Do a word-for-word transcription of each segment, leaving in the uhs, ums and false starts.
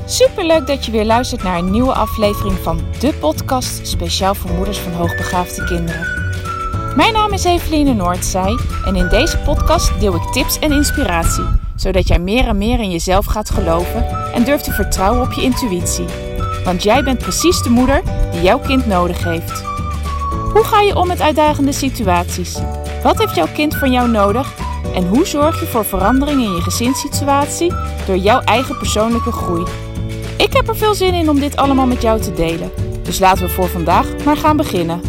Superleuk dat je weer luistert naar een nieuwe aflevering van de podcast speciaal voor moeders van hoogbegaafde kinderen. Mijn naam is Eveline Noordzij en in deze podcast deel ik tips en inspiratie, zodat jij meer en meer in jezelf gaat geloven en durft te vertrouwen op je intuïtie. Want jij bent precies de moeder die jouw kind nodig heeft. Hoe ga je om met uitdagende situaties? Wat heeft jouw kind van jou nodig? En hoe zorg je voor verandering in je gezinssituatie door jouw eigen persoonlijke groei? Ik heb er veel zin in om dit allemaal met jou te delen. Dus laten we voor vandaag maar gaan beginnen.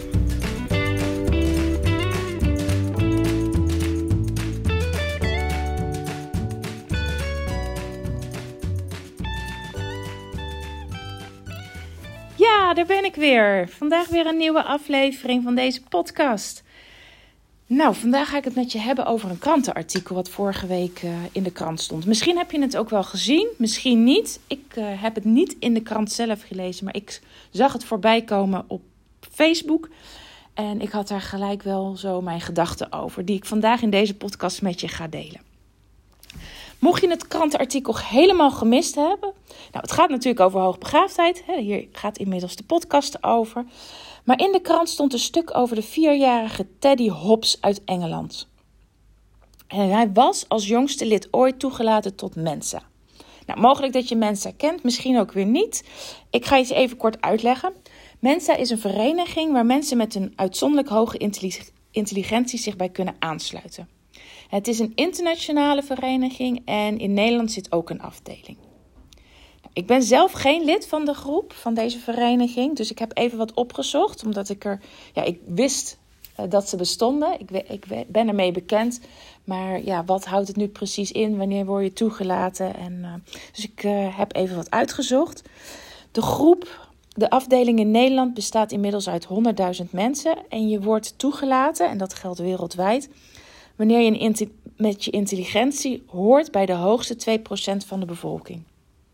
Ja, daar ben ik weer. Vandaag weer een nieuwe aflevering van deze podcast. Nou, vandaag ga ik het met je hebben over een krantenartikel wat vorige week uh, in de krant stond. Misschien heb je het ook wel gezien, misschien niet. Ik uh, heb het niet in de krant zelf gelezen, maar ik zag het voorbij komen op Facebook. En ik had daar gelijk wel zo mijn gedachten over, die ik vandaag in deze podcast met je ga delen. Mocht je het krantenartikel helemaal gemist hebben. Nou, het gaat natuurlijk over hoogbegaafdheid. Hè? Hier gaat inmiddels de podcast over. Maar in de krant stond een stuk over de vierjarige Teddy Hobbs uit Engeland. En hij was als jongste lid ooit toegelaten tot Mensa. Nou, mogelijk dat je Mensa kent, misschien ook weer niet. Ik ga je het even kort uitleggen. Mensa is een vereniging waar mensen met een uitzonderlijk hoge intelligentie zich bij kunnen aansluiten. Het is een internationale vereniging en in Nederland zit ook een afdeling. Ik ben zelf geen lid van de groep, van deze vereniging. Dus ik heb even wat opgezocht, omdat ik er, ja, ik wist uh, dat ze bestonden. Ik, ik ben ermee bekend. Maar ja, wat houdt het nu precies in? Wanneer word je toegelaten? En, uh, dus ik uh, heb even wat uitgezocht. De groep, de afdeling in Nederland bestaat inmiddels uit honderdduizend mensen. En je wordt toegelaten, en dat geldt wereldwijd, wanneer je een, met je intelligentie hoort bij de hoogste twee procent van de bevolking.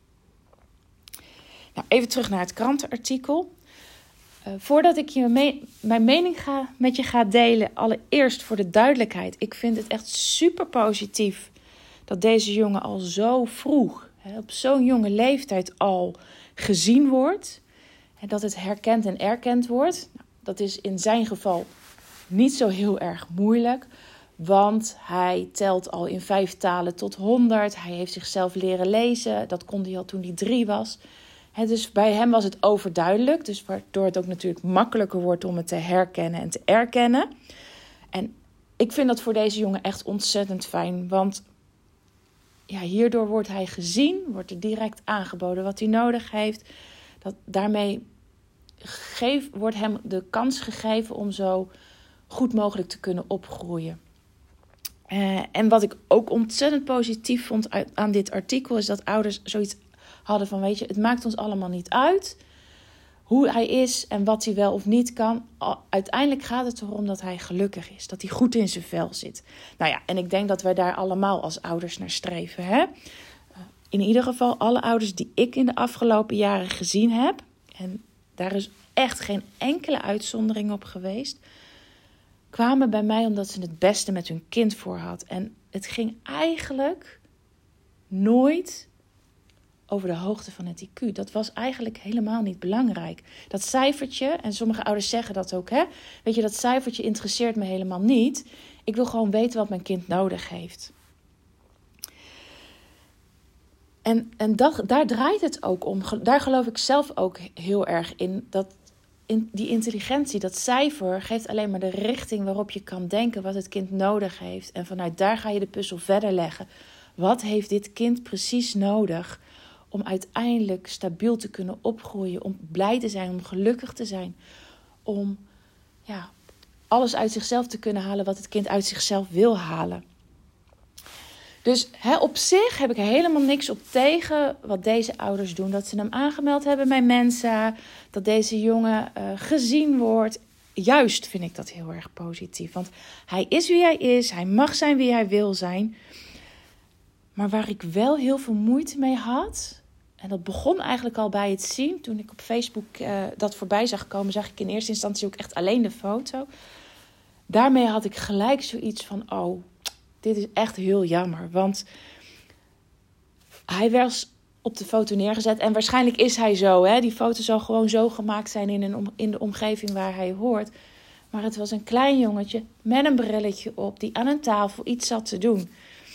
Nou, even terug naar het krantenartikel. Uh, voordat ik je me- mijn mening ga, met je ga delen, allereerst voor de duidelijkheid. Ik vind het echt super positief dat deze jongen al zo vroeg, hè, op zo'n jonge leeftijd al gezien wordt. En dat het herkend en erkend wordt. Nou, dat is in zijn geval niet zo heel erg moeilijk. Want hij telt al in vijf talen tot honderd. Hij heeft zichzelf leren lezen. Dat kon hij al toen hij drie was. He, dus bij hem was het overduidelijk. Dus waardoor het ook natuurlijk makkelijker wordt om het te herkennen en te erkennen. En ik vind dat voor deze jongen echt ontzettend fijn. Want ja, hierdoor wordt hij gezien. Wordt er direct aangeboden wat hij nodig heeft. Dat, daarmee geef, wordt hem de kans gegeven om zo goed mogelijk te kunnen opgroeien. Uh, en wat ik ook ontzettend positief vond uit, aan dit artikel is dat ouders zoiets hadden van, weet je, het maakt ons allemaal niet uit hoe hij is en wat hij wel of niet kan. Uiteindelijk gaat het erom dat hij gelukkig is, dat hij goed in zijn vel zit. Nou ja, en ik denk dat wij daar allemaal als ouders naar streven, hè? In ieder geval alle ouders die ik in de afgelopen jaren gezien heb, en daar is echt geen enkele uitzondering op geweest, kwamen bij mij omdat ze het beste met hun kind voor had. En het ging eigenlijk nooit over de hoogte van het I Q. Dat was eigenlijk helemaal niet belangrijk. Dat cijfertje, en sommige ouders zeggen dat ook, hè? Weet je, dat cijfertje interesseert me helemaal niet. Ik wil gewoon weten wat mijn kind nodig heeft. En, en dat, daar draait het ook om. Daar geloof ik zelf ook heel erg in. Dat in, die intelligentie, dat cijfer, geeft alleen maar de richting waarop je kan denken wat het kind nodig heeft. En vanuit daar ga je de puzzel verder leggen. Wat heeft dit kind precies nodig om uiteindelijk stabiel te kunnen opgroeien, om blij te zijn, om gelukkig te zijn, om ja, alles uit zichzelf te kunnen halen wat het kind uit zichzelf wil halen. Dus hè, op zich heb ik helemaal niks op tegen wat deze ouders doen. Dat ze hem aangemeld hebben bij Mensa, dat deze jongen uh, gezien wordt. Juist vind ik dat heel erg positief, want hij is wie hij is, hij mag zijn wie hij wil zijn. Maar waar ik wel heel veel moeite mee had, en dat begon eigenlijk al bij het zien. Toen ik op Facebook uh, dat voorbij zag komen, zag ik in eerste instantie ook echt alleen de foto. Daarmee had ik gelijk zoiets van, oh, dit is echt heel jammer. Want hij was op de foto neergezet. En waarschijnlijk is hij zo. Hè? Die foto zal gewoon zo gemaakt zijn in, een om, in de omgeving waar hij hoort. Maar het was een klein jongetje met een brilletje op die aan een tafel iets zat te doen.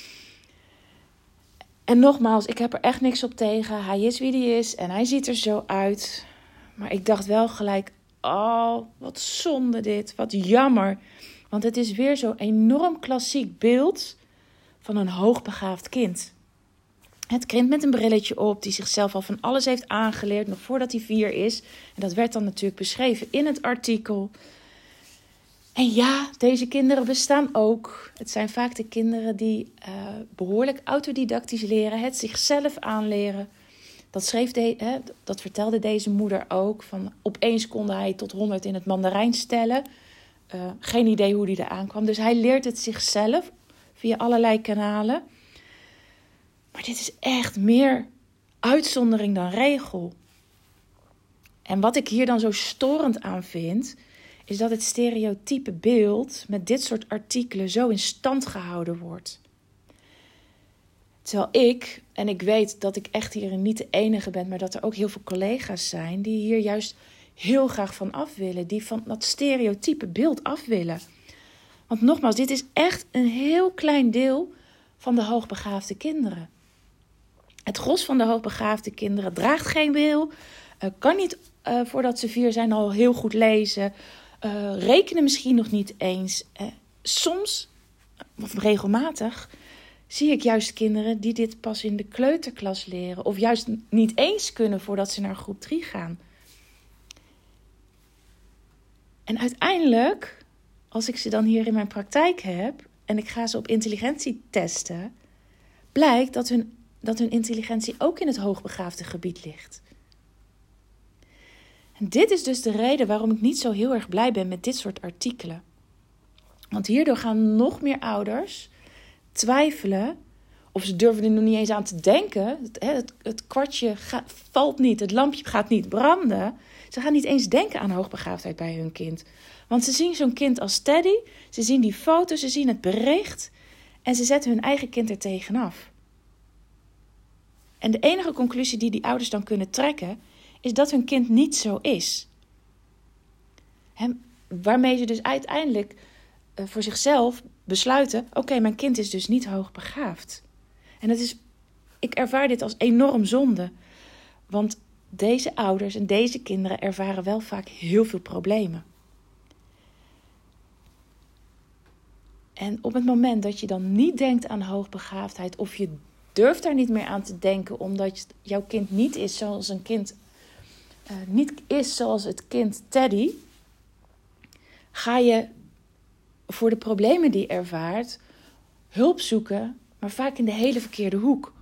En nogmaals, ik heb er echt niks op tegen. Hij is wie hij is en hij ziet er zo uit. Maar ik dacht wel gelijk, oh, wat zonde dit, wat jammer. Want het is weer zo'n enorm klassiek beeld van een hoogbegaafd kind. Het kind met een brilletje op, die zichzelf al van alles heeft aangeleerd, nog voordat hij vier is. En dat werd dan natuurlijk beschreven in het artikel. En ja, deze kinderen bestaan ook. Het zijn vaak de kinderen die uh, behoorlijk autodidactisch leren, het zichzelf aanleren. Dat, schreef de, hè, dat vertelde deze moeder ook. Van, opeens kon hij tot honderd in het Mandarijn stellen. Uh, geen idee hoe hij eraan kwam. Dus hij leert het zichzelf via allerlei kanalen. Maar dit is echt meer uitzondering dan regel. En wat ik hier dan zo storend aan vind, is dat het stereotype beeld met dit soort artikelen zo in stand gehouden wordt. Terwijl ik, en ik weet dat ik echt hier niet de enige ben, maar dat er ook heel veel collega's zijn die hier juist heel graag van af willen. Die van dat stereotype beeld af willen. Want nogmaals, dit is echt een heel klein deel van de hoogbegaafde kinderen. Het gros van de hoogbegaafde kinderen draagt geen bril, uh, kan niet uh, voordat ze vier zijn al heel goed lezen, uh, rekenen misschien nog niet eens. Uh, soms, of regelmatig, zie ik juist kinderen die dit pas in de kleuterklas leren, of juist niet eens kunnen voordat ze naar groep drie gaan. En uiteindelijk, als ik ze dan hier in mijn praktijk heb en ik ga ze op intelligentie testen, blijkt dat hun dat hun intelligentie ook in het hoogbegaafde gebied ligt. En dit is dus de reden waarom ik niet zo heel erg blij ben met dit soort artikelen. Want hierdoor gaan nog meer ouders twijfelen, of ze durven er nog niet eens aan te denken. Het, het, het kwartje gaat, valt niet, het lampje gaat niet branden. Ze gaan niet eens denken aan hoogbegaafdheid bij hun kind. Want ze zien zo'n kind als Teddy, ze zien die foto, ze zien het bericht en ze zetten hun eigen kind er tegenaf. En de enige conclusie die die ouders dan kunnen trekken, is dat hun kind niet zo is. He, waarmee ze dus uiteindelijk uh, voor zichzelf besluiten, oké, okay, mijn kind is dus niet hoogbegaafd. En dat is, ik ervaar dit als enorm zonde. Want deze ouders en deze kinderen ervaren wel vaak heel veel problemen. En op het moment dat je dan niet denkt aan hoogbegaafdheid, of je durft daar niet meer aan te denken, omdat jouw kind niet is zoals een kind uh, niet is zoals het kind Teddy, ga je voor de problemen die je ervaart hulp zoeken, maar vaak in de hele verkeerde hoek.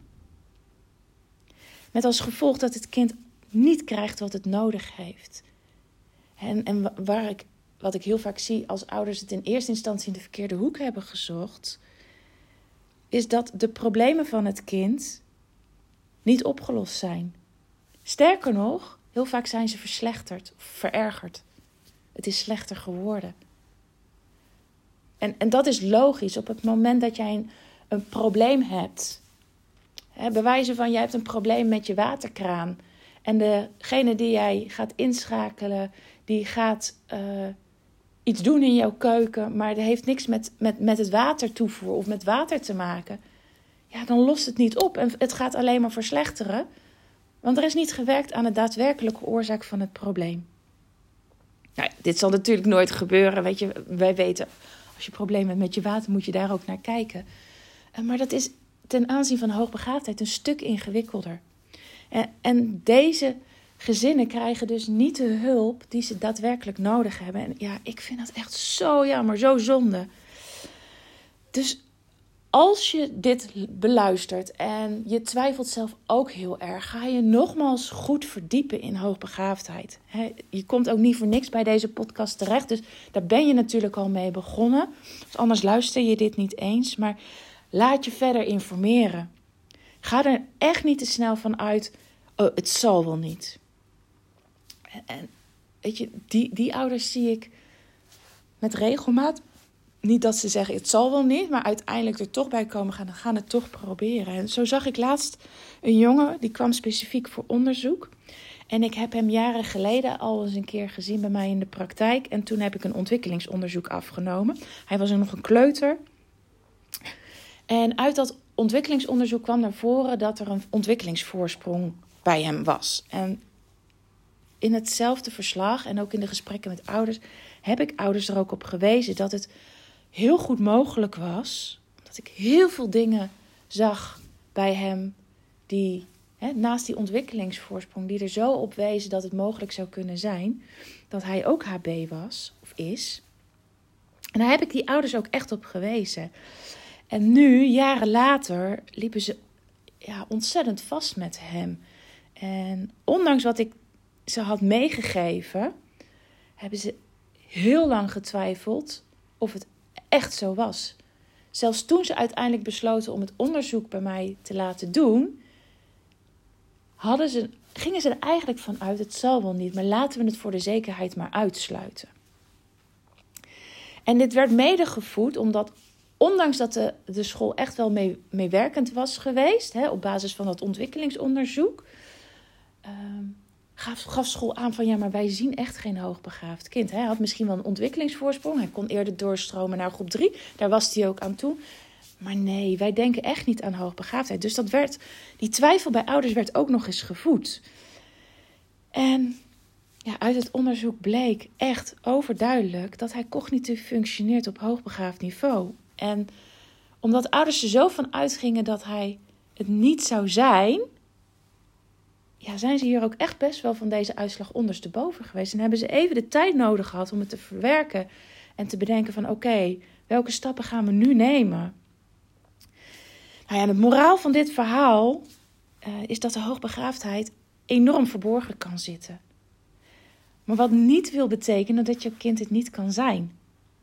Met als gevolg dat het kind niet krijgt wat het nodig heeft. En, en waar ik, wat ik heel vaak zie als ouders het in eerste instantie in de verkeerde hoek hebben gezocht, is dat de problemen van het kind niet opgelost zijn. Sterker nog, heel vaak zijn ze verslechterd of verergerd. Het is slechter geworden. En, en dat is logisch. Op het moment dat jij een, een probleem hebt, hè, bij wijze van jij hebt een probleem met je waterkraan, en degene die jij gaat inschakelen, die gaat uh, iets doen in jouw keuken, maar dat heeft niks met, met, met het watertoevoer of met water te maken, ja, dan lost het niet op en het gaat alleen maar verslechteren, want er is niet gewerkt aan de daadwerkelijke oorzaak van het probleem. Nou, dit zal natuurlijk nooit gebeuren, weet je, wij weten, als je problemen hebt met je water, moet je daar ook naar kijken. Maar dat is ten aanzien van hoogbegaafdheid een stuk ingewikkelder. En, en deze gezinnen krijgen dus niet de hulp die ze daadwerkelijk nodig hebben. En ja, ik vind dat echt zo jammer, zo zonde. Dus als je dit beluistert en je twijfelt zelf ook heel erg, ga je nogmaals goed verdiepen in hoogbegaafdheid. He, je komt ook niet voor niks bij deze podcast terecht, dus daar ben je natuurlijk al mee begonnen. Dus anders luister je dit niet eens, maar laat je verder informeren. Ga er echt niet te snel van uit, oh, het zal wel niet. En weet je, die, die ouders zie ik met regelmaat niet dat ze zeggen, het zal wel niet, maar uiteindelijk er toch bij komen gaan, dan gaan het toch proberen. En zo zag ik laatst een jongen, die kwam specifiek voor onderzoek. En ik heb hem jaren geleden al eens een keer gezien bij mij in de praktijk. En toen heb ik een ontwikkelingsonderzoek afgenomen. Hij was nog een kleuter. En uit dat ontwikkelingsonderzoek kwam naar voren dat er een ontwikkelingsvoorsprong bij hem was. En in hetzelfde verslag en ook in de gesprekken met ouders heb ik ouders er ook op gewezen dat het heel goed mogelijk was. Dat ik heel veel dingen zag bij hem die, hè, naast die ontwikkelingsvoorsprong, die er zo op wezen dat het mogelijk zou kunnen zijn dat hij ook H B was of is. En daar heb ik die ouders ook echt op gewezen. En nu, jaren later, liepen ze ja, ontzettend vast met hem. En ondanks wat ik ze had meegegeven, hebben ze heel lang getwijfeld of het echt zo was. Zelfs toen ze uiteindelijk besloten om het onderzoek bij mij te laten doen, hadden ze, gingen ze er eigenlijk van uit, het zal wel niet, maar laten we het voor de zekerheid maar uitsluiten. En dit werd mede gevoed omdat, ondanks dat de, de school echt wel mee, meewerkend was geweest, hè, op basis van dat ontwikkelingsonderzoek, uh, gaf, gaf school aan van ja, maar wij zien echt geen hoogbegaafd kind. Hij had misschien wel een ontwikkelingsvoorsprong, hij kon eerder doorstromen naar groep drie, daar was hij ook aan toe. Maar nee, wij denken echt niet aan hoogbegaafdheid. Dus dat werd, die twijfel bij ouders werd ook nog eens gevoed. En ja, uit het onderzoek bleek echt overduidelijk dat hij cognitief functioneert op hoogbegaafd niveau. En omdat ouders er zo van uitgingen dat hij het niet zou zijn, ja, zijn ze hier ook echt best wel van deze uitslag ondersteboven geweest. En hebben ze even de tijd nodig gehad om het te verwerken en te bedenken van oké, okay, welke stappen gaan we nu nemen? Nou ja, het moraal van dit verhaal uh, is dat de hoogbegaafdheid enorm verborgen kan zitten. Maar wat niet wil betekenen dat jouw kind het niet kan zijn.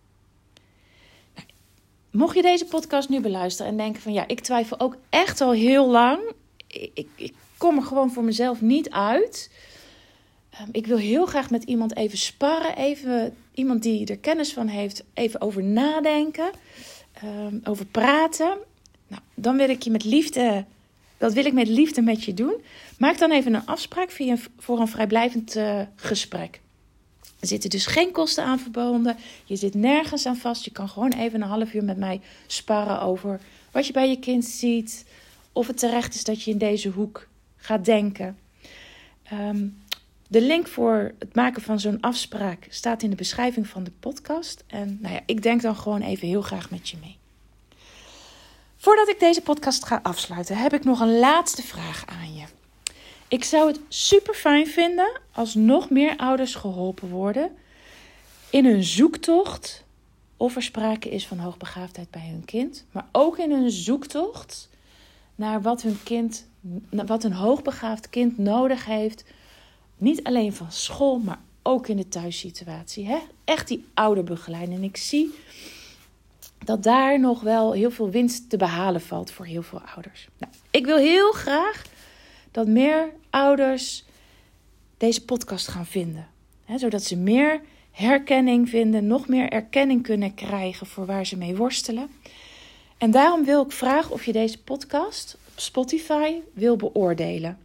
Nou, mocht je deze podcast nu beluisteren en denken van ja, ik twijfel ook echt al heel lang. Ik, ik, ik kom er gewoon voor mezelf niet uit. Um, ik wil heel graag met iemand even sparren. Even iemand die er kennis van heeft. Even over nadenken. Um, over praten. Nou, dan wil ik je met liefde, dat wil ik met liefde met je doen. Maak dan even een afspraak via een, voor een vrijblijvend uh, gesprek. Er zitten dus geen kosten aan verbonden. Je zit nergens aan vast. Je kan gewoon even een half uur met mij sparren over wat je bij je kind ziet. Of het terecht is dat je in deze hoek gaat denken. Um, de link voor het maken van zo'n afspraak staat in de beschrijving van de podcast. En nou ja, ik denk dan gewoon even heel graag met je mee. Voordat ik deze podcast ga afsluiten, heb ik nog een laatste vraag aan je. Ik zou het super fijn vinden als nog meer ouders geholpen worden in hun zoektocht of er sprake is van hoogbegaafdheid bij hun kind, maar ook in hun zoektocht naar wat hun kind, wat een hoogbegaafd kind nodig heeft, niet alleen van school, maar ook in de thuissituatie. Hè? Echt die ouderbegeleiding. En ik zie dat daar nog wel heel veel winst te behalen valt voor heel veel ouders. Nou, ik wil heel graag dat meer ouders deze podcast gaan vinden. Hè, zodat ze meer herkenning vinden, nog meer erkenning kunnen krijgen voor waar ze mee worstelen. En daarom wil ik vragen of je deze podcast op Spotify wil beoordelen.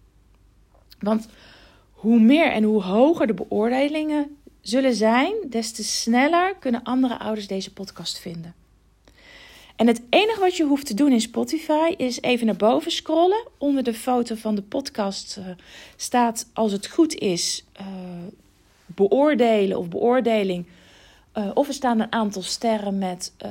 Want hoe meer en hoe hoger de beoordelingen zullen zijn, des te sneller kunnen andere ouders deze podcast vinden. En het enige wat je hoeft te doen in Spotify is even naar boven scrollen. Onder de foto van de podcast uh, staat, als het goed is, uh, beoordelen of beoordeling. Uh, of er staan een aantal sterren met uh,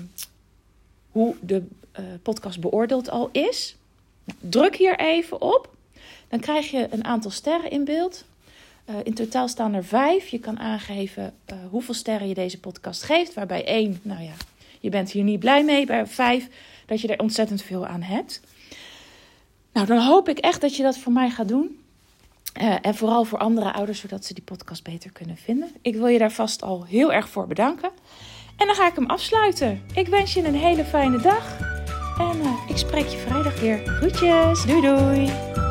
hoe de uh, podcast beoordeeld al is. Nou, druk hier even op. Dan krijg je een aantal sterren in beeld. Uh, in totaal staan er vijf. Je kan aangeven uh, hoeveel sterren je deze podcast geeft. Waarbij één, nou ja, je bent hier niet blij mee. Bij vijf, dat je er ontzettend veel aan hebt. Nou, dan hoop ik echt dat je dat voor mij gaat doen. Uh, en vooral voor andere ouders, zodat ze die podcast beter kunnen vinden. Ik wil je daar vast al heel erg voor bedanken. En dan ga ik hem afsluiten. Ik wens je een hele fijne dag. En uh, ik spreek je vrijdag weer. Groetjes. Doei doei.